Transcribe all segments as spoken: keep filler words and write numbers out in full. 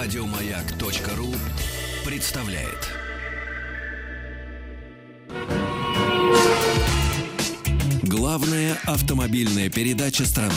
Радиомаяк.ру представляет. Главная автомобильная передача страны.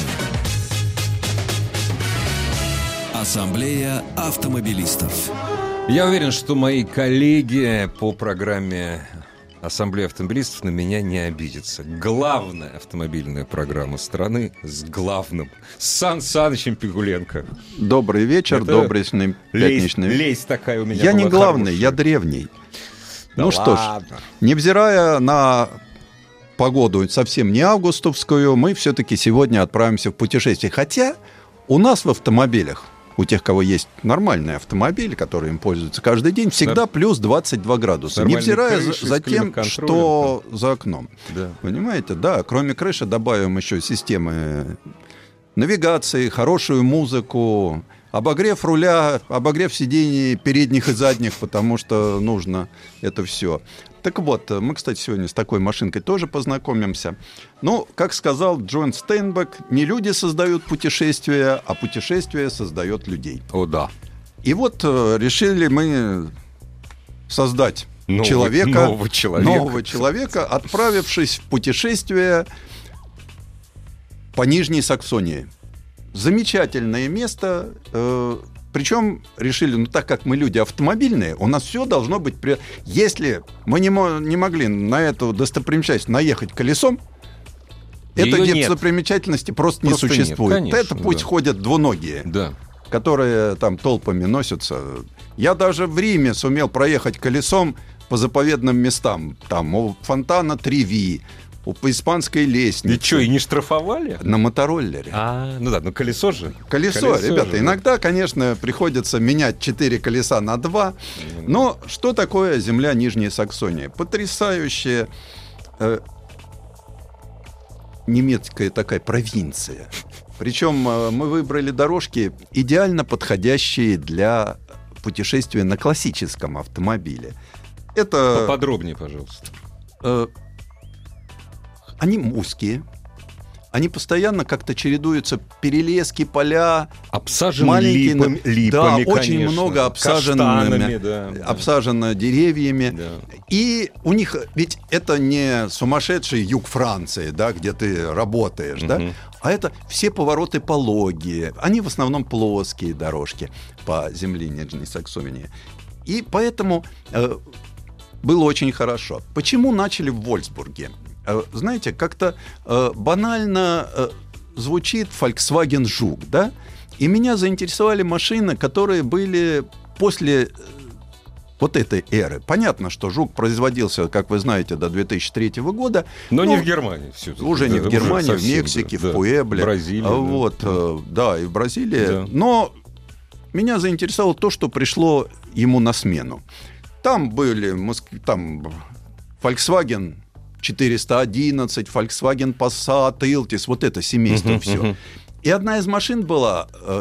Ассамблея автомобилистов. Я уверен, что мои коллеги по программе Ассамблея автомобилистов на меня не обидятся. Главная автомобильная программа страны с главным Сан Санычем Пикуленко. Добрый вечер, Это добрый пятничный. Лезь, лезь такая у меня. Я не главный, хорошая. я древний. Да ну ладно. что ж, невзирая на погоду совсем не августовскую, мы все-таки сегодня отправимся в путешествие. Хотя у нас в автомобилях, у тех, кого есть нормальные автомобили, которые им пользуются каждый день, всегда да. плюс двадцать два градуса. Невзирая за, за тем, что да. за окном. Да. Понимаете? Да, кроме крыши добавим еще системы навигации, хорошую музыку, обогрев руля, обогрев сидений передних и задних, потому что нужно это все. Так вот, мы, кстати, сегодня с такой машинкой тоже познакомимся. Ну, как сказал Джон Стейнбек, не люди создают путешествия, а путешествие создает людей. О, да. И вот решили мы создать нового, человека, нового человека, нового человека, отправившись в путешествие по Нижней Саксонии. Замечательное место. Э, причем решили, ну так как мы люди автомобильные, у нас все должно быть... При... Если мы не, мо- не могли на эту достопримечательность наехать колесом, ее этой нет. достопримечательности просто, просто не существует. Нет, конечно, это путь да. ходят двуногие, да. которые там толпами носятся. Я даже в Риме сумел проехать колесом по заповедным местам. Там у фонтана Треви, по испанской лестнице. И что, и не штрафовали? На мотороллере. А, ну да, ну колесо же. Колесо, колесо ребята, же. иногда, конечно, приходится менять четыре колеса на два. Но что такое земля Нижняя Саксония? Потрясающая э, немецкая такая провинция. Причем э, мы выбрали дорожки, идеально подходящие для путешествия на классическом автомобиле. Это... Поподробнее, пожалуйста. Э, Они узкие, они постоянно как-то чередуются, перелески, поля, обсажены маленькие, липами, липами, да, конечно, очень много обсаженными, да, обсажено деревьями. Да. И у них, ведь это не сумасшедший юг Франции, да, где ты работаешь, угу. да, а это все повороты пологие, они в основном плоские дорожки по земле Нижней Саксонии. И поэтому э, было очень хорошо. Почему начали в Вольфсбурге? Знаете, как-то э, банально э, звучит Volkswagen Жук, да? И меня заинтересовали машины, которые были после э, вот этой эры. Понятно, что Жук производился, как вы знаете, до две тысячи третьего года. Но, но не в Германии. Все-таки. Уже не да, в Германии, совсем, в Мексике, да, в Пуэбле. В Бразилии. Вот, да. Э, да, и в Бразилии. Да. Но меня заинтересовало то, что пришло ему на смену. Там были там, Volkswagen четыреста одиннадцать, Volkswagen Passat, Iltis, вот это семейство uh-huh, все. Uh-huh. И одна из машин была э,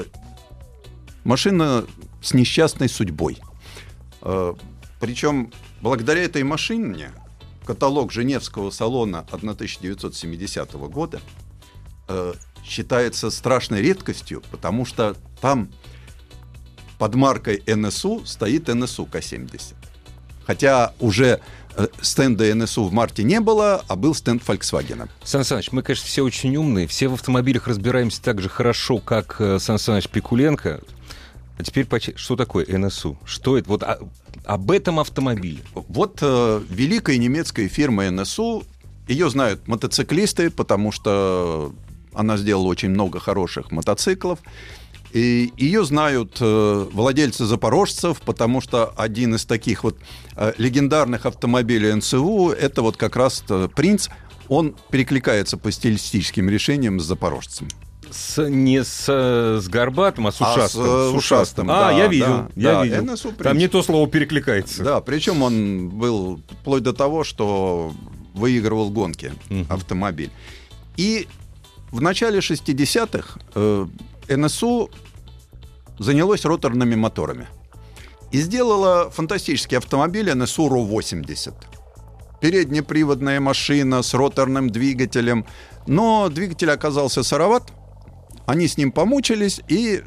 машина с несчастной судьбой. Э, причем благодаря этой машине каталог Женевского салона тысяча девятьсот семидесятого года э, считается страшной редкостью, потому что там под маркой эн эс у стоит эн эс у ка семьдесят. Хотя уже стенда эн эс у в марте не было, а был стенд Volkswagen. Сан Саныч, мы, конечно, все очень умные, все в автомобилях разбираемся так же хорошо, как Сан Саныч Пикуленко. А теперь, что такое эн эс у? Что это? Вот а, об этом автомобиле. Вот э, великая немецкая фирма эн эс у, ее знают мотоциклисты, потому что она сделала очень много хороших мотоциклов. И ее знают э, владельцы запорожцев, потому что один из таких вот э, легендарных автомобилей эн эс у это вот как раз «Принц». Он перекликается по стилистическим решениям с запорожцем. С, не с, с горбатым, а с ушастым. А с, с ушастым, А, да, я видел, да, я да, видел. эн эс у, там не то слово перекликается. Да, причем он был вплоть до того, что выигрывал гонки uh-huh. автомобиль. И в начале шестидесятых э, эн эс у занялось роторными моторами и сделала фантастический автомобиль эн эс у эр о восемьдесят. Переднеприводная машина с роторным двигателем, но двигатель оказался сыроват, они с ним помучились, и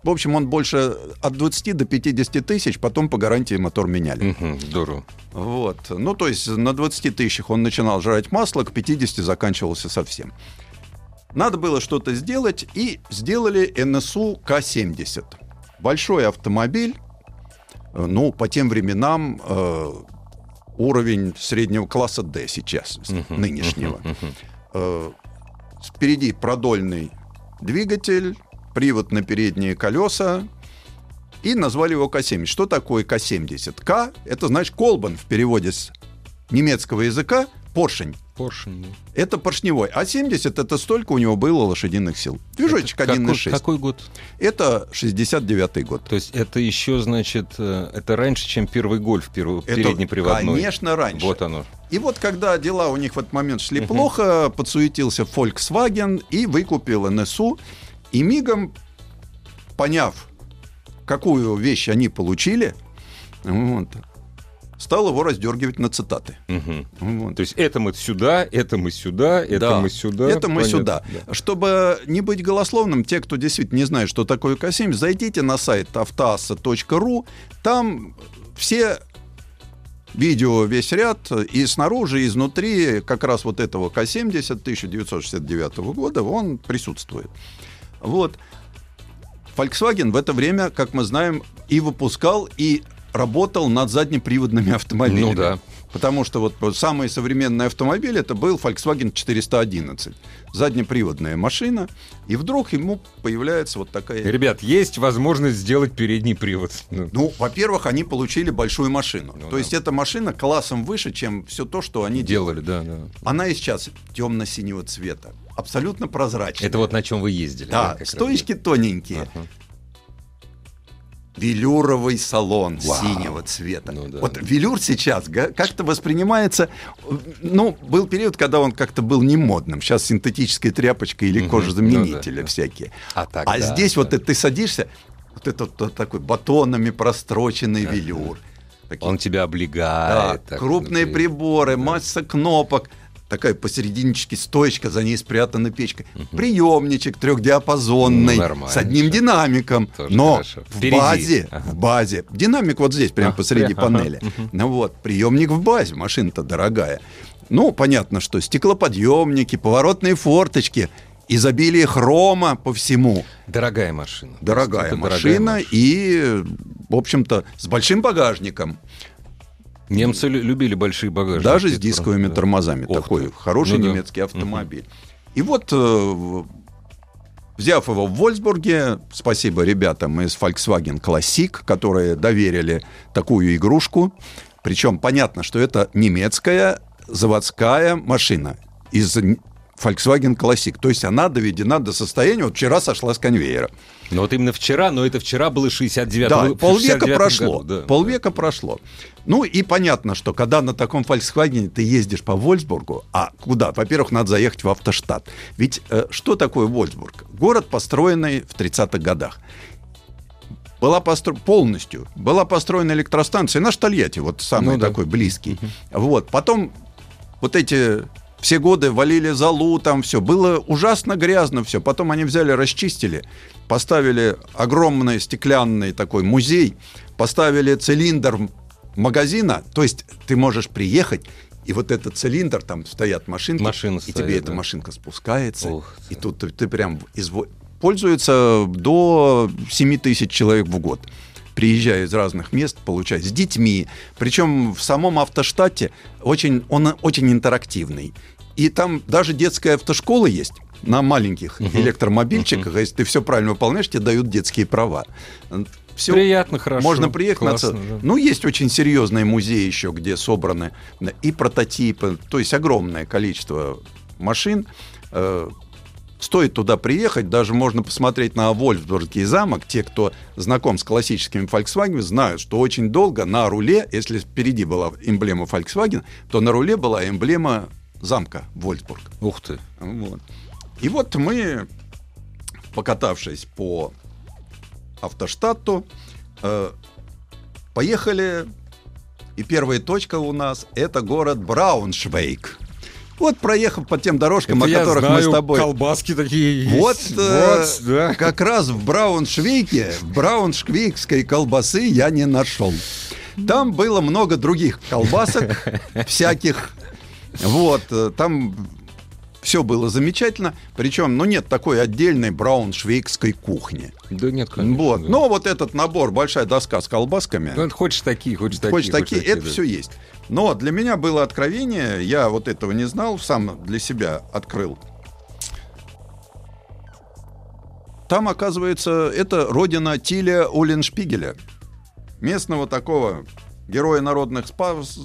В общем, он больше от двадцати до пятидесяти тысяч, потом по гарантии мотор меняли. Угу, здорово. Вот. Ну, то есть на двадцати тысячах он начинал жрать масло, к пятидесяти заканчивался совсем. Надо было что-то сделать, и сделали эн эс у ка семьдесят. Большой автомобиль, ну, по тем временам э, уровень среднего класса D сейчас, uh-huh, нынешнего. Uh-huh, uh-huh. Э, впереди продольный двигатель, привод на передние колеса, и назвали его ка семьдесят. Что такое ка семьдесят? К — это значит колбан в переводе с немецкого языка, поршень. Поршень. Это поршневой. А семьдесят — это столько у него было лошадиных сил. Движочек один и шесть. Какой год? Это шестьдесят девятый год. То есть это еще, значит, это раньше, чем первый гольф, первый, переднеприводной. Конечно, раньше. Вот оно. И вот когда дела у них в этот момент шли uh-huh. плохо, подсуетился Volkswagen и выкупил эн эс у. И мигом, поняв, какую вещь они получили, вот, стал его раздергивать на цитаты. Угу. Вот. То есть это мы сюда, это мы сюда, это да, мы сюда. Это мы понятно. сюда. Да. Чтобы не быть голословным, те, кто действительно не знает, что такое ка семьдесят, зайдите на сайт автоасса точка ру. Там все видео, весь ряд, и снаружи, и изнутри как раз вот этого ка семьдесят тысяча девятьсот шестьдесят девятого года он присутствует. Вот. Volkswagen в это время, как мы знаем, и выпускал, и работал над заднеприводными автомобилями. Ну да. Потому что вот самый современный автомобиль это был Volkswagen четыреста одиннадцать. Заднеприводная машина. И вдруг ему появляется вот такая... Ребят, есть возможность сделать передний привод. Ну, во-первых, они получили большую машину. Ну, То да. есть эта машина классом выше, чем все то, что они делали. делали. Да, да. Она и сейчас темно-синего цвета. Абсолютно прозрачная. Это вот на чем вы ездили. Да, да стоечки раз. тоненькие. Ага. Велюровый салон Вау. синего цвета. Ну, да. Вот велюр сейчас как-то воспринимается... Ну, был период, когда он как-то был не модным. Сейчас синтетическая тряпочка или угу. кожезаменители ну, да, всякие. А, тогда, а здесь да. вот ты, ты садишься, вот это вот такой батонами простроченный ага. велюр. Такие, он тебя облегает. Да, крупные внутри. приборы, да. масса кнопок. Такая посерединочке стоечка, за ней спрятана печка. Угу. Приемничек трехдиапазонный ну, с одним динамиком. Тоже но хорошо. в Впереди. базе, ага. в базе. Динамик вот здесь, прямо а, посреди ага. панели. Угу. Ну вот, приемник в базе, машина-то дорогая. Ну, понятно, что стеклоподъемники, поворотные форточки, изобилие хрома по всему. Дорогая машина. Дорогая машина, машина и, в общем-то, с большим багажником. Немцы любили большие багажники. Даже с дисковыми да. тормозами. Ох Такой ты. хороший ну, немецкий да. автомобиль. Угу. И вот, э, взяв его в Вольфсбурге, спасибо ребятам из Volkswagen Classic, которые доверили такую игрушку. Причем понятно, что это немецкая заводская машина из Volkswagen Classic. То есть она доведена до состояния, вот вчера сошла с конвейера. Ну вот именно вчера, но это вчера было шестьдесят девятом. Да, полвека прошло. Году, да, полвека да. прошло. Ну и понятно, что когда на таком Volkswagen ты ездишь по Вольфсбургу, а куда? Во-первых, надо заехать в автоштат. Ведь э, что такое Вольфсбург? Город, построенный в тридцатых годах. Была постро... полностью. Была построена электростанция. Наш Тольятти, вот самый ну, такой да. близкий. Uh-huh. Вот. Потом вот эти... Все годы валили золу, там все. Было ужасно грязно все. Потом они взяли, расчистили, поставили огромный стеклянный такой музей, поставили цилиндр магазина. То есть ты можешь приехать, и вот этот цилиндр, там стоят машинки, Машина и стоит, тебе да. эта машинка спускается. Ух, и да. тут ты, ты прям... Изво... Пользуется до семь тысяч человек в год. Приезжая из разных мест, получать с детьми. Причем в самом автоштате очень, он очень интерактивный. И там даже детская автошкола есть на маленьких uh-huh. электромобильчиках. Uh-huh. Если ты все правильно выполняешь, тебе дают детские права. Все приятно, хорошо. Можно приехать Классно, на... да. Ну, есть очень серьезные музеи еще, где собраны и прототипы. То есть огромное количество машин. Стоит туда приехать, даже можно посмотреть на Вольфсбургский замок. Те, кто знаком с классическими Volkswagen, знают, что очень долго на руле, если впереди была эмблема Volkswagen, то на руле была эмблема замка Вольфсбург. Ух ты. Вот. И вот мы, покатавшись по автоштату, э, поехали, и первая точка у нас — это город Брауншвейг. Вот проехав по тем дорожкам, Это о которых я знаю, мы с тобой... колбаски такие есть. Вот, э, Вот, да. как раз в Брауншвейге, брауншвейгской колбасы я не нашел. Там было много других колбасок всяких. Вот, э, там все было замечательно. Причем, ну, нет такой отдельной брауншвейгской кухни. Да нет, конечно. Вот. Да. Но вот этот набор, большая доска с колбасками. Ну, это хочешь такие, хочешь такие. Хочешь такие, это да. все есть. Но для меня было откровение, я вот этого не знал, сам для себя открыл. Там, оказывается, это родина Тиля Оленшпигеля, местного такого героя народных спас,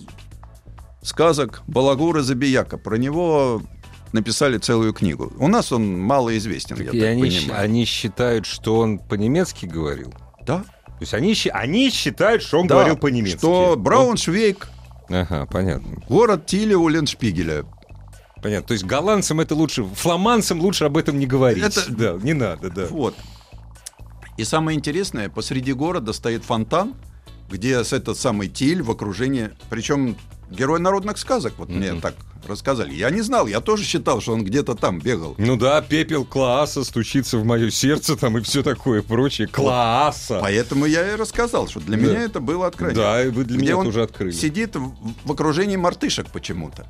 сказок Балагура Забияка. Про него написали целую книгу. У нас он малоизвестен, я И так они, понимаю. они считают, что он по-немецки говорил. Да? То есть они, щи- они считают, что он Да, говорил по-немецки. что Брауншвейг, Ага, понятно. город Тиля Оленшпигеля. Понятно. То есть голландцам это лучше, фламандцам лучше об этом не говорить. Это- Да, не надо, да. Вот. И самое интересное, посреди города стоит фонтан, где с этот самый Тиль в окружении, причем герой народных сказок, вот мне Мгм. так рассказали. Я не знал, я тоже считал, что он где-то там бегал. Ну да, пепел Клааса стучится в мое сердце там и все такое прочее. Клааса. Поэтому я и рассказал, что для Да. меня это было открытие. Да, и вы для Где меня он тоже открыли. сидит в, в окружении мартышек почему-то.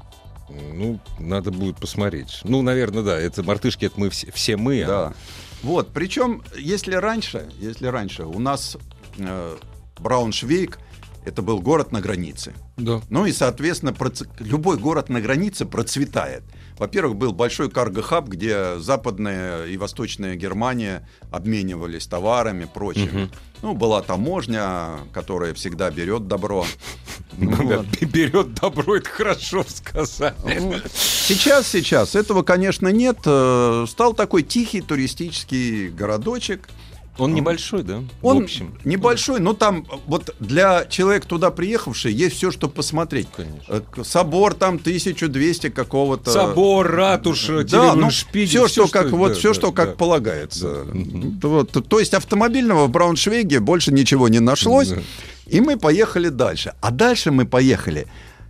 Ну, надо будет посмотреть. Ну, наверное, да, это мартышки, это мы все, все мы. а- Да. Вот, причем, если раньше, если раньше у нас э, Брауншвейг это был город на границе. Да. Ну и, соответственно, проц- любой город на границе процветает. Во-первых, был большой карго-хаб, где западная и восточная Германия обменивались товарами, прочим. Мгм. Ну, была таможня, которая всегда берет добро. Ну, вот. Берет добро, это хорошо сказать. Ну, Сейчас, сейчас этого, конечно, нет. Э, Стал такой тихий туристический городочек. Он небольшой, да? Он в общем. небольшой, но там вот для человека туда приехавший есть все, что посмотреть. Конечно. Э, Собор там тысяча двести какого-то. Собор, ратуша, Да, ну, Шпигель, все, что как вот да, все, да, что да. как полагается. Да. Мгм. Вот, то есть автомобильного в Брауншвейге больше ничего не нашлось, Да. и мы поехали дальше. А дальше мы поехали,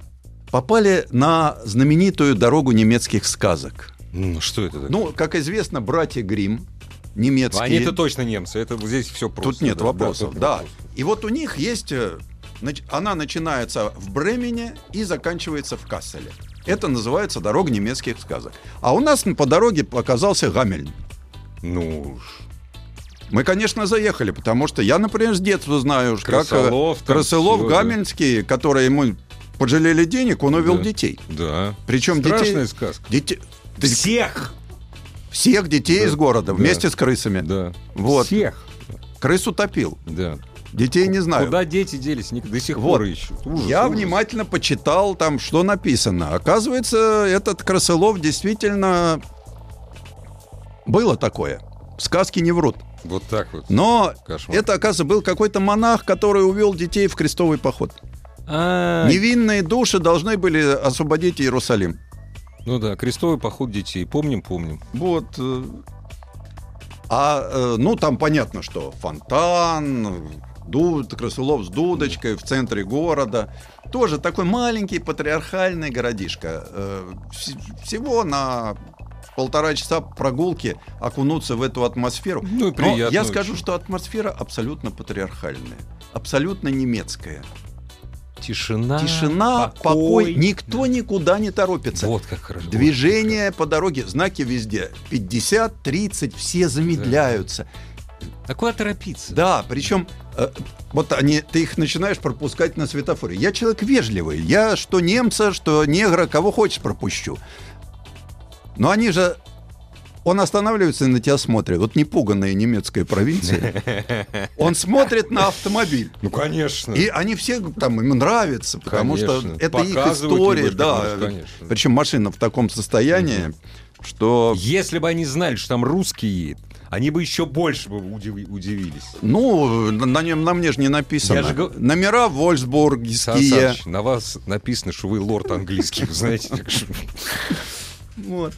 попали на знаменитую дорогу немецких сказок. Ну, что это такое? Ну, как известно, братья Гримм, немецкие. Они-то точно немцы, это вот здесь все просто. Тут нет да, вопросов, тут да. вопросов. И вот у них есть, э, нач- она начинается в Бремене и заканчивается в Касселе. Это называется дорога немецких сказок. А у нас по дороге оказался Гамельн. Ну, уж. Мы, конечно, заехали, потому что я, например, с детства знаю, как Красолов, э, там Красилов всё, да. Гамельнский, которые ему пожалели денег, он увел Да. детей. Да. Причем Страшная детей, сказка. дети- Всех! всех детей Да, из города да. вместе с крысами. Да. Вот. Всех. Крысу топил. Да. Детей не знаю. Куда дети делись? Ник- До сих Вот. пор ищут. Ужас, Я ужас. внимательно почитал там, что написано. Оказывается, этот Красилов действительно было такое. Сказки не врут. Вот так вот. Но Кошмар. это, оказывается, был какой-то монах, который увел детей в крестовый поход. А, Невинные души должны были освободить Иерусалим. Ну да, крестовый поход детей. Помним, помним. Вот. э, А, э, ну, там понятно, что фонтан, ду- Красилов с дудочкой в центре города. Тоже такой маленький патриархальный городишко. Э, вс- Всего на полтора часа прогулки окунуться в эту атмосферу. Ну и Но приятно. я скажу, очень. что атмосфера абсолютно патриархальная. Абсолютно немецкая. Тишина, Тишина, покой. Никто никуда не торопится. Вот как хорошо. Движение по дороге, знаки везде. пятьдесят, тридцать, все замедляются. А куда торопиться? Да, причем э, вот они, ты их начинаешь пропускать на светофоре. Я человек вежливый. Я что немца, что негра, кого хочешь пропущу. Но они же... Он останавливается и на тебя смотрит. Вот непуганная немецкая провинция. Он смотрит на автомобиль. Ну, конечно. И они все там ему нравятся, потому Конечно. что это их Показывают история, немножко, да. конечно, конечно. Причем машина в таком состоянии, что, Если бы они знали, что там русский едет, они бы еще больше бы удив- удивились. ну, на нем на мне же не написано. Я же гов- Номера Сан вольсбургские. Саныч, на вас написано, что вы лорд английский, вы знаете. так что- Вот.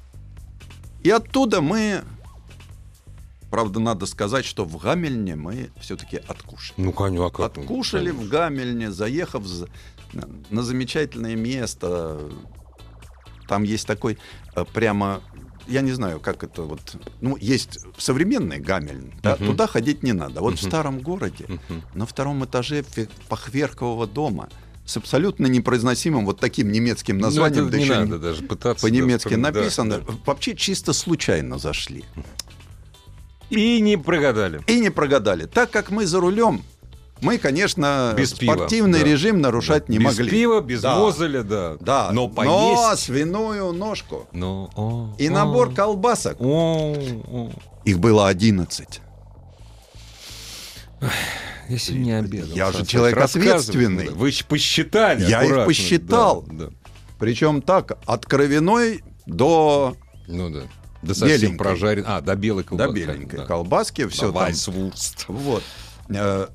И оттуда мы, правда, надо сказать, что в Гамельне мы все-таки откушали. Ну, коню, а как? Откушали в Гамельне, заехав за- на, на замечательное место. там есть такой э, прямо, я не знаю, как это вот, ну, есть современный Гамельн, да, Uh-huh. туда ходить не надо. Вот Uh-huh. в старом городе, Uh-huh. на втором этаже фахверкового дома с абсолютно непроизносимым вот таким немецким названием, ну, да не еще надо даже пытаться. по-немецки да, написано, да. вообще чисто случайно зашли. И не прогадали. И не прогадали. Так как мы за рулем, мы, конечно, Без пива, спортивный да. режим нарушать Да. не без могли. Без пива, без Да. мозоля, да. Да, Но но поесть... свиную ножку Ну, о, и о, набор колбасок. О, о. Их было одиннадцать. Я сегодня не обедал. Я же Сан человек Саныч, рассказывай. ответственный. Вы ж посчитали Я их аккуратно. посчитал. Да, да. Причем так, от кровяной до, Ну да. До совсем беленькой. прожарен. А, до белой до колбаски. беленькой да. колбаски. Все там. Вайсвурст. Вот. Э,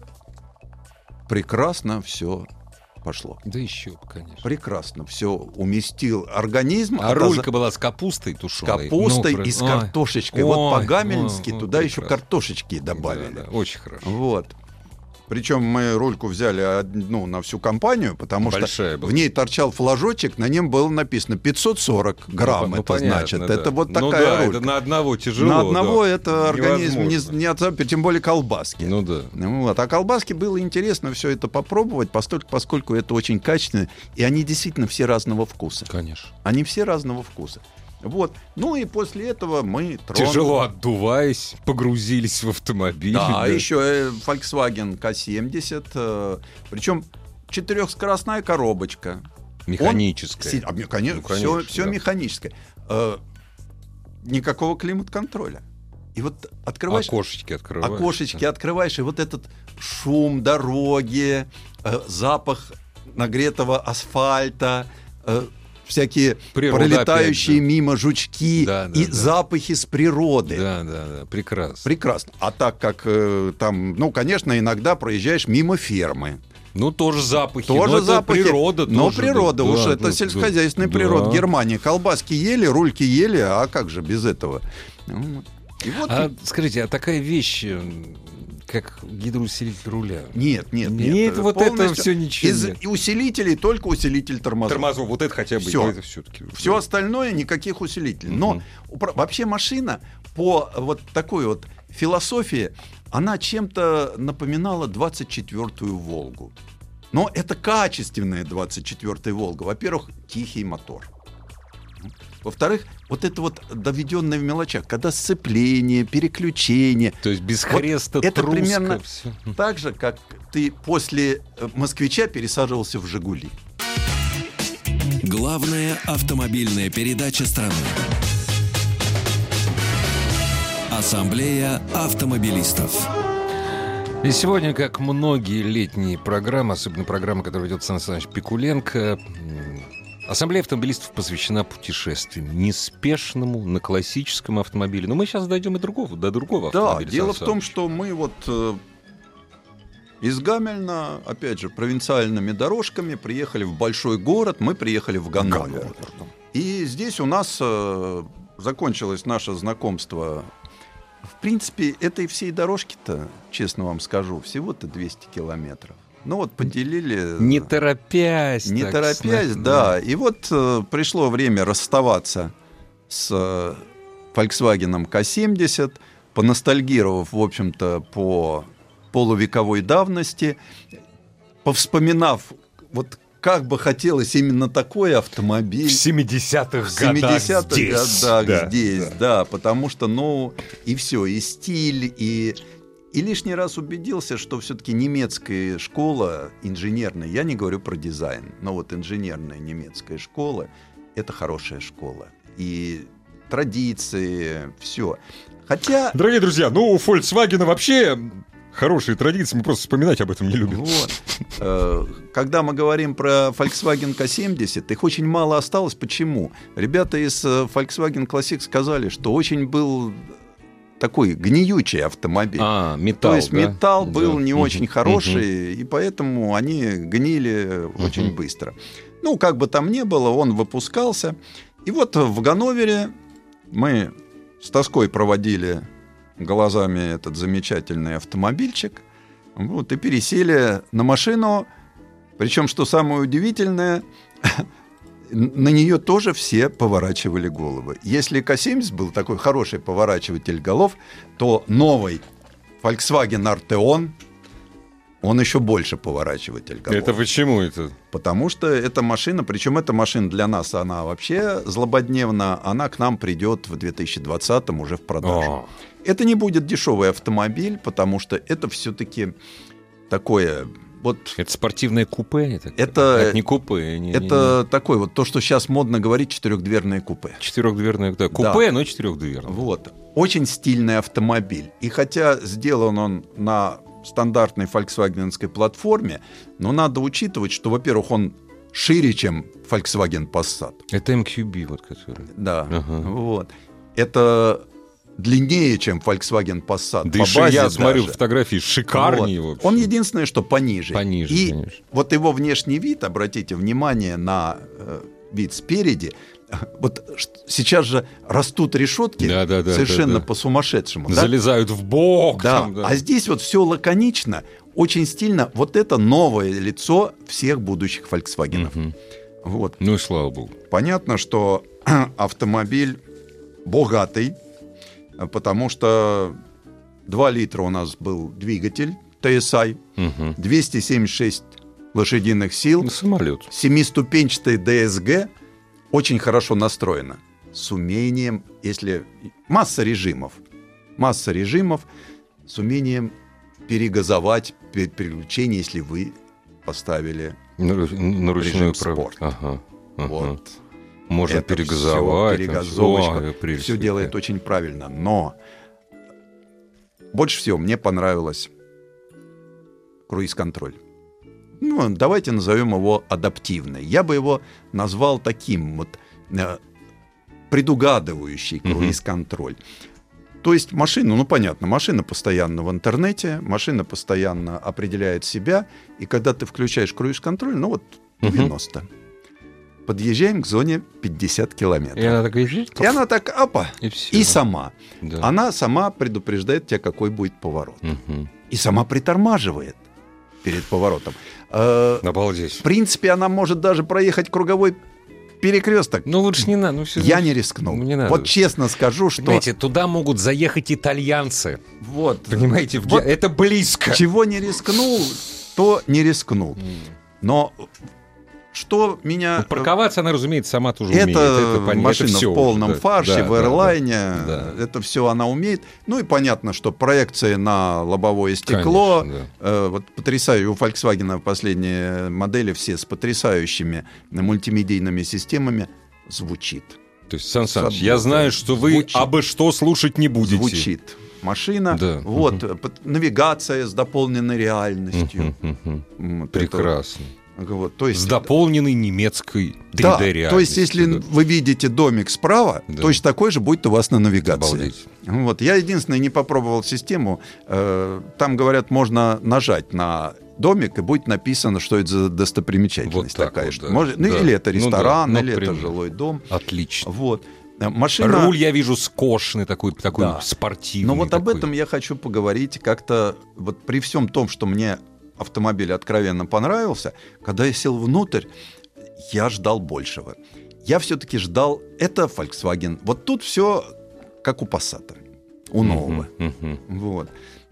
прекрасно все пошло. Да еще бы, конечно. Прекрасно все уместил организм. А отоз- рулька была с капустой С тушеной? капустой Ну, и с ой, картошечкой. ой, вот по-гамельнски ой, туда ой, еще прекрасно. картошечки добавили. Да, да, очень хорошо. Вот. Причем мы рульку взяли ну, на всю компанию, потому Большая что была. в ней торчал флажочек, на нем было написано пятьсот сорок грамм. Ну, это понятно, значит. да. Это вот Ну такая да, рулька. это на одного тяжело. На одного да. это организм не, Невозможно. не отцепит, тем более колбаски. Ну да. Вот. А колбаски было интересно все это попробовать, поскольку, поскольку это очень качественно, и они действительно все разного вкуса. Конечно. Они все разного вкуса. Вот. Ну и после этого мы тронули. Тяжело отдуваясь, погрузились в автомобиль. Да, еще э, Volkswagen ка семьдесят, э, причем четырехскоростная коробочка. Механическая. Он си- а, ме- конечно, Ну, конечно, все, все да. механическое. Э, никакого климат-контроля. И вот открываешь... Окошечки открываешь. Окошечки открываешь, и вот этот шум дороги, э, запах нагретого асфальта, э, всякие Природа пролетающие опять же. мимо жучки Да, да, и да. запахи с природы. Да, да, да, прекрасно. Прекрасно. А так как э, там, ну, конечно, иногда проезжаешь мимо фермы. Ну, тоже запахи. Тоже но это запахи. природа. Но тоже, природа, да, уж да, это да, сельскохозяйственная да. природа Германии. Колбаски ели, рульки ели, а как же без этого? Ну, И вот А скажите, а такая вещь, как гидроусилитель руля? Нет, нет, нет. Нет, вот это Полностью все ничего Из нет. усилителей только усилитель тормозов. Тормозов, вот это хотя бы. Всё. Это все-таки. Все остальное никаких усилителей. Но Мгм. упра- вообще машина по вот такой вот философии, она чем-то напоминала двадцать четвёртую «Волгу». Но это качественная двадцать четвёртая «Волга». Во-первых, тихий мотор. Во-вторых, вот это вот доведенное в мелочах, когда сцепление, переключение. То есть без Вот хреста, это труска, примерно всё. так же, как ты после э, «Москвича» пересаживался в «Жигули». Главная автомобильная передача страны. Ассамблея автомобилистов. И сегодня, как многие летние программы, особенно программа, которую ведет Сан Саныч Пикуленко, м, Ассамблея автомобилистов посвящена путешествиям, неспешному, на классическом автомобиле. Но мы сейчас дойдем и другого, до другого Да, автомобиля. дело Сан в том, Саныч. что мы вот э, из Гамельна, опять же, провинциальными дорожками приехали в большой город, мы приехали в Ганновер. И здесь у нас э, закончилось наше знакомство. В принципе, этой всей дорожки-то, честно вам скажу, всего-то двести километров. Ну вот поделили... Не торопясь. Не так, торопясь, с- да. И вот э, пришло время расставаться с э, Volkswagen ка семьдесят, поностальгировав, в общем-то, по полувековой давности, повспоминав, вот как бы хотелось именно такой автомобиль. В семидесятых В годах семидесятых здесь. годах Да, здесь, да. да. потому что, ну, и все, и стиль, и... И лишний раз убедился, что все-таки немецкая школа инженерная, я не говорю про дизайн, но вот инженерная немецкая школа — это хорошая школа. И традиции, все. Хотя... Дорогие друзья, ну, у Volkswagen вообще хорошие традиции, мы просто вспоминать об этом не любим. Вот. Э, Когда мы говорим про Volkswagen ка семьдесят, их очень мало осталось. Почему? Ребята из э, Volkswagen Classic сказали, что очень был такой гниючий автомобиль. А, металл, То есть да? металл был Да. не Мгм. очень хороший, и поэтому они гнили очень быстро. Ну, как бы там ни было, он выпускался. И вот в Ганновере мы с тоской проводили глазами этот замечательный автомобильчик. Вот, и пересели на машину. Причем, что самое удивительное, на нее тоже все поворачивали головы. Если К семьдесят был такой хороший поворачиватель голов, то новый Volkswagen Arteon, он еще больше поворачиватель голов. Это почему это? Потому что эта машина, причем эта машина для нас, она вообще злободневна, она к нам придет в две тысячи двадцатом уже в продажу. О. Это не будет дешевый автомобиль, потому что это все-таки такое... Вот это спортивное купе? Это, это, это не купе. Не, это не, не. такое вот то, что сейчас модно говорить, четырехдверное купе. Четырехдверное, да, купе, да. Но четырехдверное. Вот. Очень стильный автомобиль. И хотя сделан он на стандартной фольксвагеновской платформе, но надо учитывать, что, во-первых, он шире, чем Volkswagen Passat. Это эм кью би, вот который. Да. Ага. Вот. Это длиннее, чем Volkswagen Passat. Да по и базе я даже. смотрю фотографии, шикарнее Вот. вообще. Он единственное, что пониже. Пониже, и конечно. вот его внешний вид, обратите внимание на э, вид спереди. Вот сейчас же растут решетки да, да, да, совершенно да, да. по-сумасшедшему. Залезают да? в бок. Да. Там, да. А здесь вот все лаконично, очень стильно. Вот это новое лицо всех будущих Volkswagen. Угу. Вот. Ну и слава богу. Понятно, что автомобиль богатый, потому что два литра у нас был двигатель ти эс ай, угу. двести семьдесят шесть лошадиных сил, ну, самолет. Семиступенчатый ди эс джи, очень хорошо настроено, с умением, если масса режимов, масса режимов, с умением перегазовать переключение, если вы поставили на, на ручную спорт. Ага, ага. Вот. Можно это перегазовать. Все, перегазовочка, О, прелесть, все делает очень правильно. Но больше всего мне понравилось круиз-контроль. Ну, давайте назовем его адаптивный. Я бы его назвал таким вот э, предугадывающий круиз-контроль. Uh-huh. То есть машина, ну понятно, машина постоянно в интернете, машина постоянно определяет себя, и когда ты включаешь круиз-контроль, ну вот девяносто. Uh-huh. Подъезжаем к зоне пятьдесят километров. И она так, и она так апа, и, и сама. Да. Она сама предупреждает тебя, какой будет поворот. Угу. И сама притормаживает перед поворотом. Э, Обалдеть. В принципе, она может даже проехать круговой перекресток. Ну лучше не надо. Ну, все, Я не рискнул. Не надо. Вот честно скажу, что... Понимаете, туда могут заехать итальянцы. Вот. Понимаете, вот это близко. Чего не рискнул, то не рискнул. Но... Что меня... Ну, парковаться она, разумеется, сама тоже это умеет. Это понятно. машина это все в полном уже, да. фарше, да, в эйрлайне. Да, да. Это все она умеет. Ну и понятно, что проекции на лобовое стекло. Конечно, да. э, вот потрясаю. У Volkswagen последние модели все с потрясающими мультимедийными системами звучит. То есть, Сан Саныч, я знаю, что вы звучит. Абы что слушать не будете. Звучит. Машина, да. вот, угу. навигация с дополненной реальностью. Угу, угу. Вот прекрасно. Вот, то есть, с дополненной немецкой три дэ-реальностью. Да, то есть, если да. вы видите домик справа, да. точно такой же будет у вас на навигации. Обалдеть. Вот. Я единственное не попробовал систему. Там, говорят, можно нажать на домик, и будет написано, что это за достопримечательность вот такая. Вот, что да. может, ну, да. или это ресторан, ну, да. или ну, это жилой дом. Отлично. Вот. Машина... Руль я вижу скошенный, такой, такой да. спортивный. Но вот такой. об этом я хочу поговорить. Как-то вот при всем том, что мне автомобиль откровенно понравился, когда я сел внутрь, я ждал большего. Я все-таки ждал... Это Volkswagen. Вот тут все как у Passat, у нового. Uh-huh, uh-huh. Вот.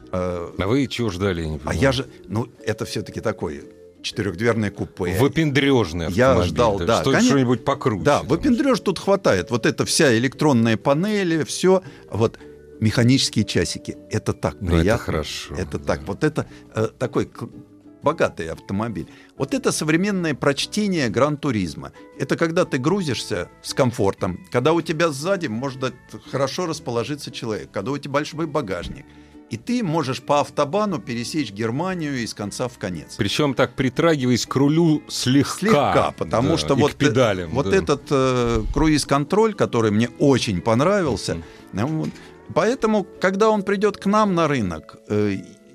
А вы чего ждали? Я не а я же... Ну, это все-таки такой четырехдверное купе. Выпендрежный автомобиль. Я ждал, да. да Что, конечно, что-нибудь покруче. Да, выпендреж тут хватает. Вот это вся электронные панели, все... Вот. Механические часики. Это так ну, приятно. Это хорошо. Это да. так. Вот это э, такой к- богатый автомобиль. Вот это современное прочтение Гран-туризма. Это когда ты грузишься с комфортом, когда у тебя сзади может хорошо расположиться человек, когда у тебя большой багажник. И ты можешь по автобану пересечь Германию из конца в конец. Причем так притрагиваясь к рулю слегка. Слегка, потому да, что и вот, к педалям, вот да. этот э, круиз-контроль, который мне очень понравился, mm-hmm. вот, поэтому, когда он придет к нам на рынок, э,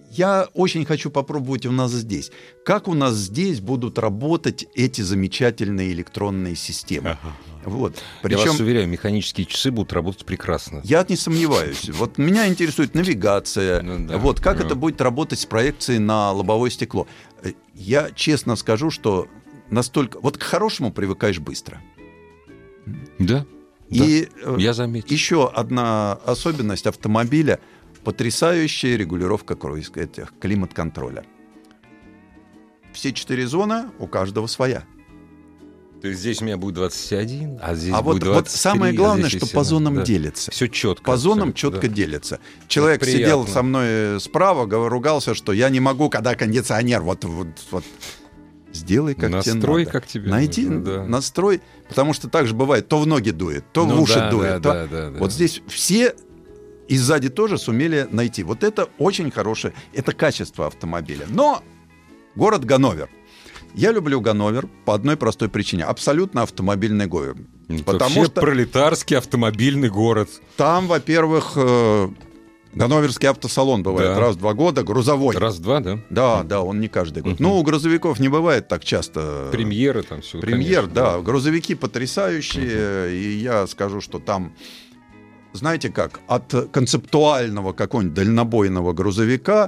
я очень хочу попробовать у нас здесь. Как у нас здесь будут работать эти замечательные электронные системы. Ага. Вот. Причем, я вас уверяю, механические часы будут работать прекрасно. Я не сомневаюсь. Вот меня интересует навигация. Ну, да, вот, как да. это будет работать с проекцией на лобовое стекло. Я честно скажу, что настолько... Вот к хорошему привыкаешь быстро. Да. И да. Я заметил. Еще одна особенность автомобиля — потрясающая регулировка круиз, этих, климат-контроля. Все четыре зоны у каждого своя. То есть здесь у меня будет двадцать один, а здесь а будет вот, двадцать три. Вот самое главное, а что по зонам да. делится. Все четко. По зонам абсолютно, четко да. делится. Человек сидел со мной справа, ругался, что я не могу, когда кондиционер. Вот, вот, вот. Сделай, как настрой, тебе надо. Настрой, как тебе Найди нужно, да. настрой, потому что так же бывает. То в ноги дует, то ну, в уши да, дует. Да, то... да, да, да. Вот здесь все и сзади тоже сумели найти. Вот это очень хорошее, это качество автомобиля. Но город Ганновер. Я люблю Ганновер по одной простой причине. Абсолютно автомобильный город. Это потому вообще что пролетарский автомобильный город. Там, во-первых, э, Ганноверский автосалон бывает да. раз в два года, грузовой. Раз в два, да? Да, да, он не каждый год. Uh-huh. Ну, у грузовиков не бывает так часто. Премьеры там все. Премьер, конечно, да. да. Грузовики потрясающие. Uh-huh. И я скажу, что там, знаете как, от концептуального какого-нибудь дальнобойного грузовика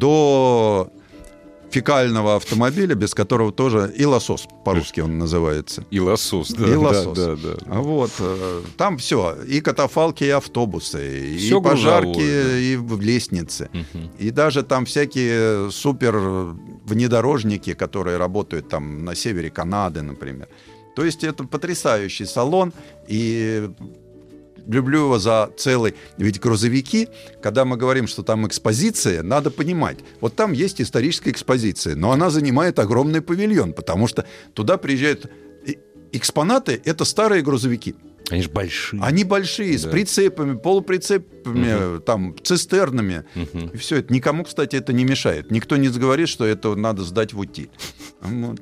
до фекального автомобиля, без которого тоже и лосос, по-русски он называется. И лосос, да. И лосос. Да, да, да. Вот. Там все. И катафалки, и автобусы, всё и пожарки, грузовое, и лестницы. Угу. И даже там всякие супер внедорожники, которые работают там на севере Канады, например. То есть это потрясающий салон. И люблю его за целый... Ведь грузовики, когда мы говорим, что там экспозиция, надо понимать. Вот там есть историческая экспозиция, но она занимает огромный павильон, потому что туда приезжают... Экспонаты — это старые грузовики. Они же большие. Они большие, да. С прицепами, полуприцепами, угу. там, цистернами. Угу. И все это. Никому, кстати, это не мешает. Никто не говорит, что это надо сдать в утиль. Вот.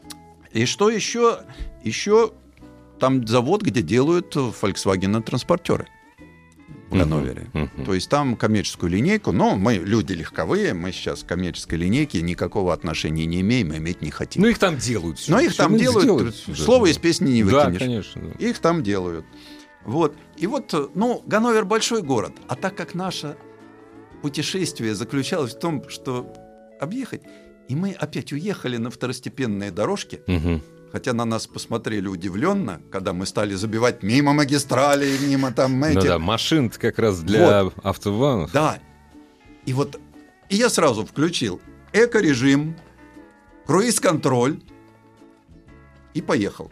И что еще? Еще... Там завод, где делают Volkswagen-транспортеры в Ганновере. Uh-huh, uh-huh. То есть там коммерческую линейку, но мы люди легковые, мы сейчас к коммерческой линейке никакого отношения не имеем и иметь не хотим. Ну их там делают. Но их там делают, делают слово да. из песни не выкинешь. Да, конечно. Да. Их там делают. Вот. И вот, ну, Ганновер большой город, а так как наше путешествие заключалось в том, что объехать, и мы опять уехали на второстепенные дорожки, uh-huh. Хотя на нас посмотрели удивленно, когда мы стали забивать мимо магистралей, мимо там этих... Ну да, машин-то как раз для вот. Автованов. Да. И вот и я сразу включил эко-режим, круиз-контроль и поехал.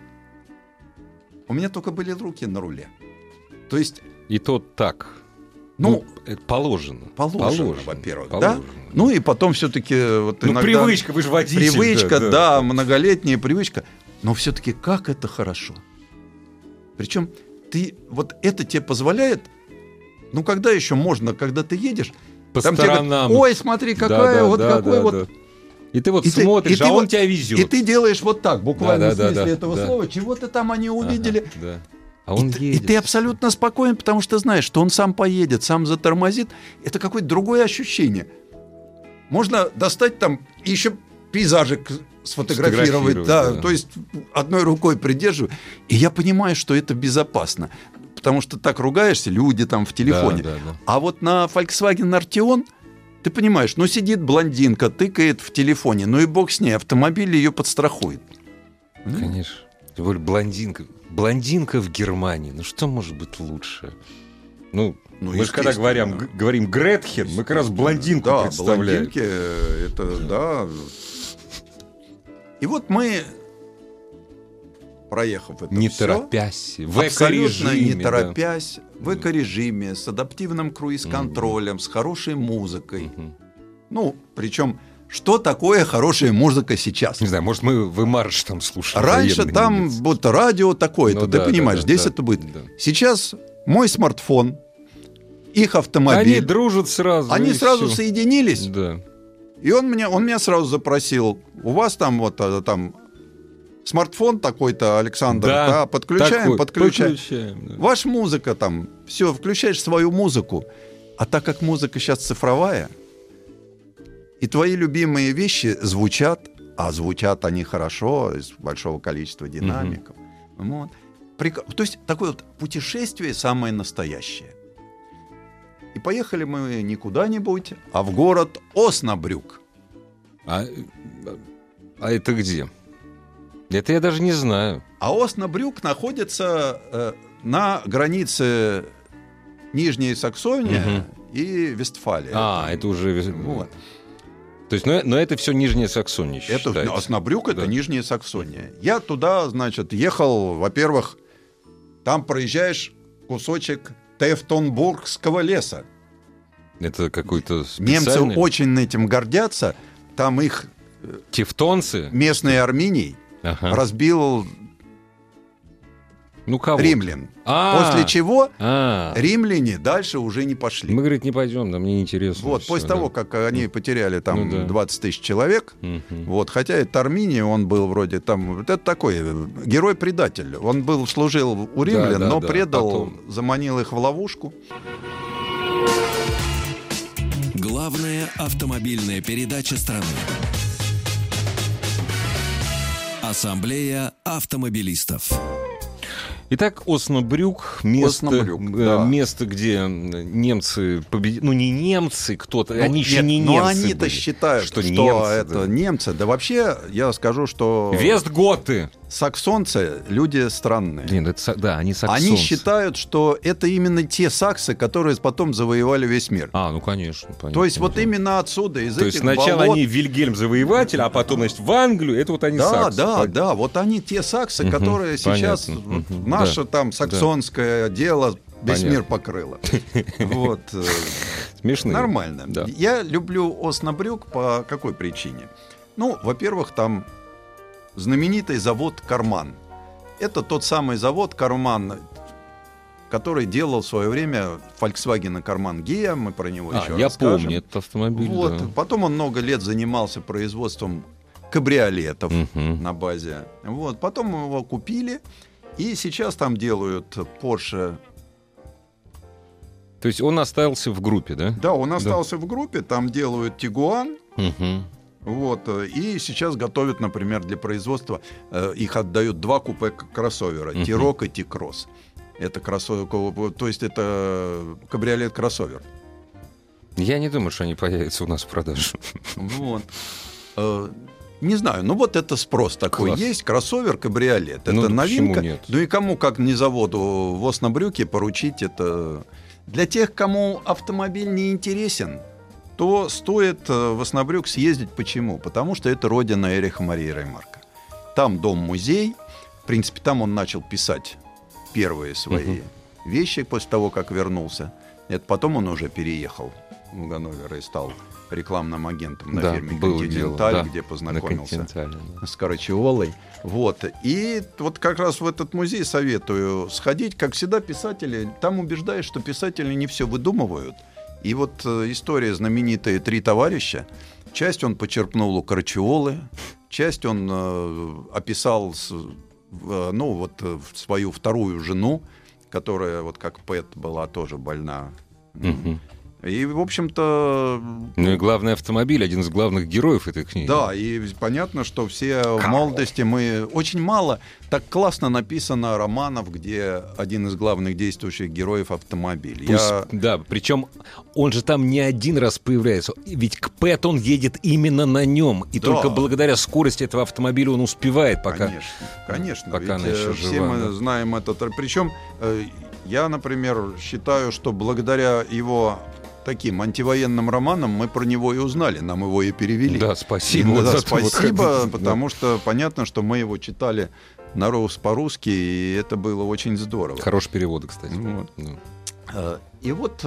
У меня только были руки на руле. То есть... И то так. Ну, ну это положено. Положено, положено во-первых, положено. да? Ну и потом все-таки... Вот ну, иногда... привычка, вы же водитель. Привычка, да, да, да, да, многолетняя привычка. Но все-таки как это хорошо. Причем ты, вот это тебе позволяет, ну когда еще можно, когда ты едешь, по там сторонам. Тебе говорят, ой, смотри, какая, да, да, вот да, какой да, вот. Да. И ты вот и смотришь, ты, а и он вот, тебя везет. И ты делаешь вот так, буквально да, да, в смысле да, этого да. слова, чего-то там они увидели. Ага, да. А он и, едет. И ты абсолютно спокоен, потому что знаешь, что он сам поедет, сам затормозит. Это какое-то другое ощущение. Можно достать там еще пейзажик сфотографировать, да, да, то есть одной рукой придерживаю. И я понимаю, что это безопасно. Потому что так ругаешься, люди там в телефоне. Да, да, да. А вот на Volkswagen Arteon ты понимаешь, ну сидит блондинка, тыкает в телефоне, ну и бог с ней, автомобиль ее подстрахует. Конечно. Тем более блондинка. Блондинка в Германии. Ну что может быть лучше? Ну, ну мы же когда говорим, г- говорим Гретхен, мы как раз блондинку да, представляем. Блондинки, это да. И вот мы, проехав это не все, торопясь, в абсолютно эко-режиме, не торопясь, да. в эко-режиме, с адаптивным круиз-контролем, mm-hmm. с хорошей музыкой. Mm-hmm. Ну, причем, что такое хорошая музыка сейчас? Не знаю, может, мы в марш там слушаем. Раньше там немец. будто радио такое-то, ну, ты да, понимаешь, да, здесь да, это будет. Да. Сейчас мой смартфон, их автомобиль. Они дружат сразу. Они сразу все. соединились. Да. И он меня, он меня сразу запросил, у вас там вот там смартфон такой-то, Александр, да, да, подключаем, такой, подключаем. подключаем да. Ваша музыка там, все, включаешь свою музыку. А так как музыка сейчас цифровая, и твои любимые вещи звучат, а звучат они хорошо, из большого количества динамиков. Угу. Вот. Прик... То есть такое вот путешествие самое настоящее. И поехали мы не куда-нибудь, а в город Оснабрюк. А, а это где? Это я даже не знаю. А Оснабрюк находится э, на границе Нижней Саксонии угу. и Вестфалии. А, это уже... Вот. То есть, но, но это все Нижняя Саксония это, считается. Оснабрюк — это да. Нижняя Саксония. Я туда, значит, ехал, во-первых, там проезжаешь кусочек Тевтонбургского леса. Это какой-то специальный... Немцы очень этим гордятся. Там их... Тевтонцы? Местный Арминий ага. разбил... Ну, кого? Римлян. А-а-а. После чего А-а-а. римляне дальше уже не пошли. Мы, говорит, не пойдем, нам не интересно. Вот, все, после да. того, как они потеряли там ну, да. двадцать тысяч человек, угу. вот, хотя это Арминий, он был вроде там, это такой герой-предатель. Он был, служил у римлян, да, да, но да. предал, Потом... заманил их в ловушку. Главная автомобильная передача страны. Ассамблея автомобилистов. Итак, Оснабрюк, место, Оснабрюк, да. место, где немцы победили. Ну, не немцы, кто-то, ну, они нет, еще не немцы. Но они-то были, считают, что, что немцы, это да. немцы. Да вообще, я скажу, что... Вестготы. Саксонцы — люди странные. Блин, это, да, они саксонцы. Они считают, что это именно те саксы, которые потом завоевали весь мир. А, ну конечно. Понятно. То есть вот именно отсюда, из То этих есть сначала болот... они Вильгельм-завоеватель, а потом, значит, в Англию, это вот они да, саксы. Да, да, да, вот они те саксы, которые Понятно. сейчас Угу. наше да. там саксонское да. дело весь Понятно. мир покрыло. Вот. Смешные. Нормально. Да. Я люблю Оснабрюк по какой причине? Ну, во-первых, там знаменитый завод «Карман». Это тот самый завод «Карман», который делал в свое время Volkswagen Карман Геа, мы про него а, еще я расскажем. помню этот автомобиль. Вот. Да. Потом он много лет занимался производством кабриолетов угу. на базе. Вот. Потом его купили, и сейчас там делают Porsche. То есть он остался в группе, да? Да, он остался да. в группе, там делают Тигуан. Угу. Вот, и сейчас готовят, например, для производства, э, их отдают два купе кроссовера, uh-huh. T-Roc и T-Cross. Это кроссовер, то есть это кабриолет-кроссовер. Я не думаю, что они появятся у нас в продаже. Вот. Э, не знаю, ну вот это спрос такой Класс. Есть, кроссовер, кабриолет. Это ну, новинка. Нет? Ну и кому, как не заводу в Оснабрюке, поручить это... Для тех, кому автомобиль не интересен, то стоит в Оснабрюк съездить. Почему? Потому что это родина Эриха Марии Ремарка. Там дом-музей. В принципе, там он начал писать первые свои uh-huh. вещи после того, как вернулся. Это потом он уже переехал в Ганновер и стал рекламным агентом на да, фирме «Континенталь», да, где познакомился да. с Карачиолой. Вот. И вот как раз в этот музей советую сходить. Как всегда, писатели, там убеждают, что писатели не все выдумывают. И вот э, история знаменитая «Три товарища». Часть он почерпнул у Карачиолы, часть он э, описал с, э, ну, вот, э, свою вторую жену, которая, вот как Пэт, была тоже больна. Угу. И, в общем-то... Ну и главный автомобиль, один из главных героев этой книги. Да, и понятно, что все Карл. В молодости мы... Очень мало, так классно написано романов, где один из главных действующих героев автомобиль. Пусть, Я... Да, причем он же там не один раз появляется. Ведь к Пэт он едет именно на нем. И да. только благодаря скорости этого автомобиля он успевает, пока... Конечно, конечно. Пока она еще все жива. мы да. знаем этот... Причем я, например, считаю, что благодаря его... таким антивоенным романом мы про него и узнали, нам его и перевели. Да, спасибо. И, вот да, за спасибо, вот потому да. что понятно, что мы его читали на рус по-русски, и это было очень здорово. Хороший перевод, кстати. Вот. Да. И вот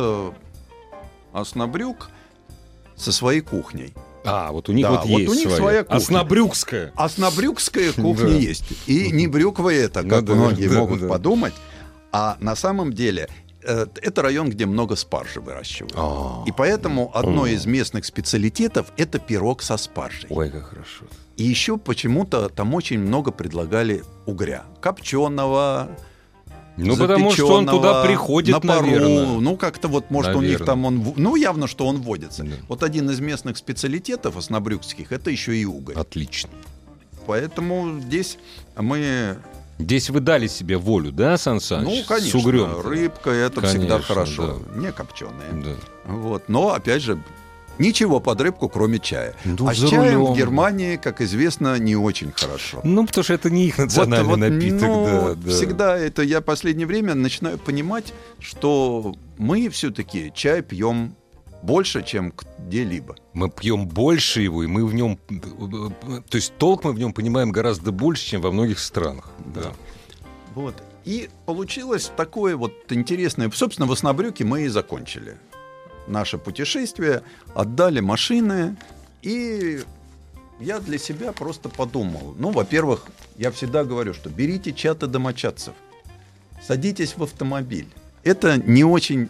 Оснабрюк со своей кухней. А, вот у них да, вот, вот есть у них своя. своя кухня. Оснабрюкская. Оснабрюкская кухня да. есть. И не брюква это, как да, многие да, могут да. подумать, а на самом деле... Это район, где много спаржи выращивают. А-а-а. И поэтому одно из местных специалитетов — это пирог со спаржей. Ой, как хорошо. И еще почему-то там очень много предлагали угря. Копченого, ну, потому что он туда приходит, на пару. Наверное. Ну, как-то вот, может, наверное. У них там он... Ну, явно, что он водится. Да. Вот один из местных специалитетов оснабрюкских — это еще и угорь. Отлично. Поэтому здесь мы... Здесь вы дали себе волю, да, Сан Саныч? Ну, конечно, с угрем. Рыбка — это конечно, всегда хорошо, да. не копченая. Да. Вот. Но, опять же, Ничего под рыбку, кроме чая. Ну, а с за чаем рулем. в Германии, как известно, не очень хорошо. Ну, потому что это не их национальный Вот- вот, напиток. ну, да, да. Всегда это я в последнее время начинаю понимать, что мы все-таки чай пьем больше, чем где-либо. Мы пьем больше его, и мы в нем... То есть толк мы в нем понимаем гораздо больше, чем во многих странах. Да. Вот. И получилось такое вот интересное... Собственно, в Оснобрюке мы и закончили наше путешествие, отдали машины, и я для себя просто подумал. Ну, во-первых, я всегда говорю, что берите чата домочадцев, садитесь в автомобиль. Это не очень...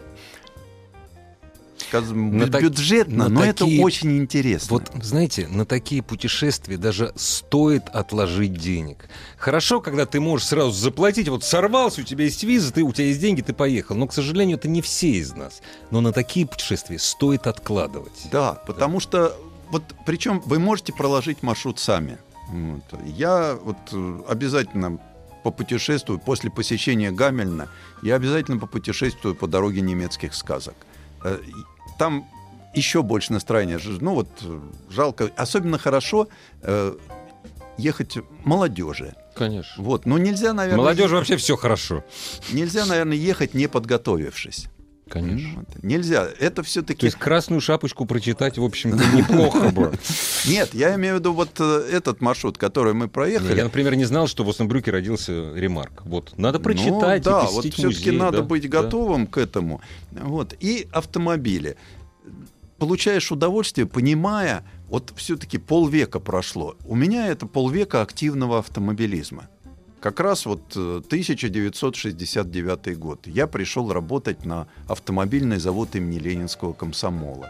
скажем, На так- бюджетно, на но такие- это очень интересно. Вот, знаете, на такие путешествия даже стоит отложить денег. Хорошо, когда ты можешь сразу заплатить, вот сорвался, у тебя есть виза, ты, у тебя есть деньги, ты поехал. Но, к сожалению, это не все из нас. Но на такие путешествия стоит откладывать. Да, потому что вот причем вы можете проложить маршрут сами. Вот. Я вот э, обязательно попутешествую после посещения Гамельна, я обязательно попутешествую по дороге немецких сказок. Э, Там еще больше настроения. Ж- Ну вот э, жалко, особенно хорошо э, ехать молодежи. Конечно. Вот, но нельзя, наверное, Молодежи вообще все хорошо. нельзя, наверное, ехать не подготовившись. Конечно. Вот. Нельзя. Это все-таки То есть красную шапочку прочитать, в общем-то, неплохо бы. нет. Я имею в виду вот э, этот маршрут, который мы проехали. Я, например, не знал, что в Оснобрюке родился Ремарк. Вот. Надо прочитать, Ну, да, и вот посетить все-таки музей, надо да, быть да. готовым к этому. Вот. И автомобили. Получаешь удовольствие, понимая, вот все-таки полвека прошло. У меня это полвека активного автомобилизма. Как раз вот э, тысяча девятьсот шестьдесят девятый год. Я пришел работать на автомобильный завод имени Ленинского комсомола.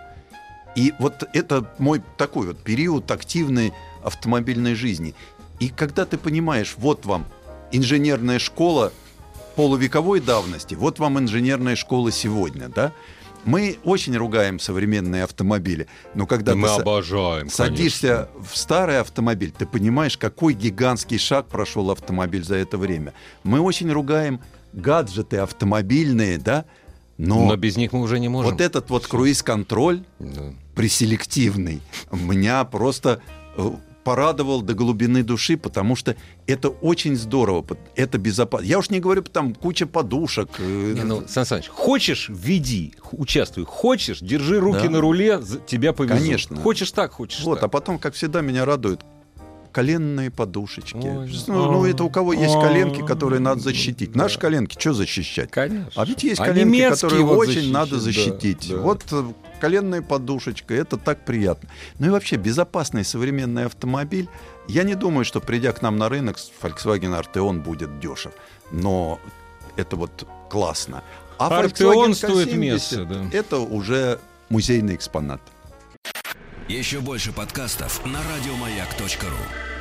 И вот это мой такой вот период активной автомобильной жизни. И когда ты понимаешь, вот вам инженерная школа полувековой давности, вот вам инженерная школа сегодня, да? Мы очень ругаем современные автомобили, но когда Мы ты са- обожаем, садишься в старый автомобиль, ты понимаешь, какой гигантский шаг прошел автомобиль за это время. Мы очень ругаем гаджеты автомобильные, да? Но, Но без них мы уже не можем. вот этот вот круиз-контроль Да. преселективный меня просто э, порадовал до глубины души, потому что это очень здорово, пот- это безопасно. Я уж не говорю, там куча подушек. э, Не, ну, Сан Саныч, хочешь — веди, х- участвуй. Хочешь — держи руки Да. на руле, за- тебя повезут. Конечно. Хочешь так, хочешь Вот, а так. потом, как всегда, меня радуют коленные подушечки. Ой, Ну, ну, это у кого есть а, коленки, которые надо защитить. да. Наши коленки что защищать? Конечно. А ведь есть А коленки, немецкие которые вот очень защищать, надо да, защитить. да. Вот э, коленная подушечка, это так приятно. Ну и вообще, безопасный современный автомобиль. Я не думаю, что придя к нам на рынок, Volkswagen Arteon будет дешев. Но это вот классно. А Arteon Volkswagen стоит К семьдесят место, да. это уже музейный экспонат. Еще больше подкастов на радиомаяк точка ру.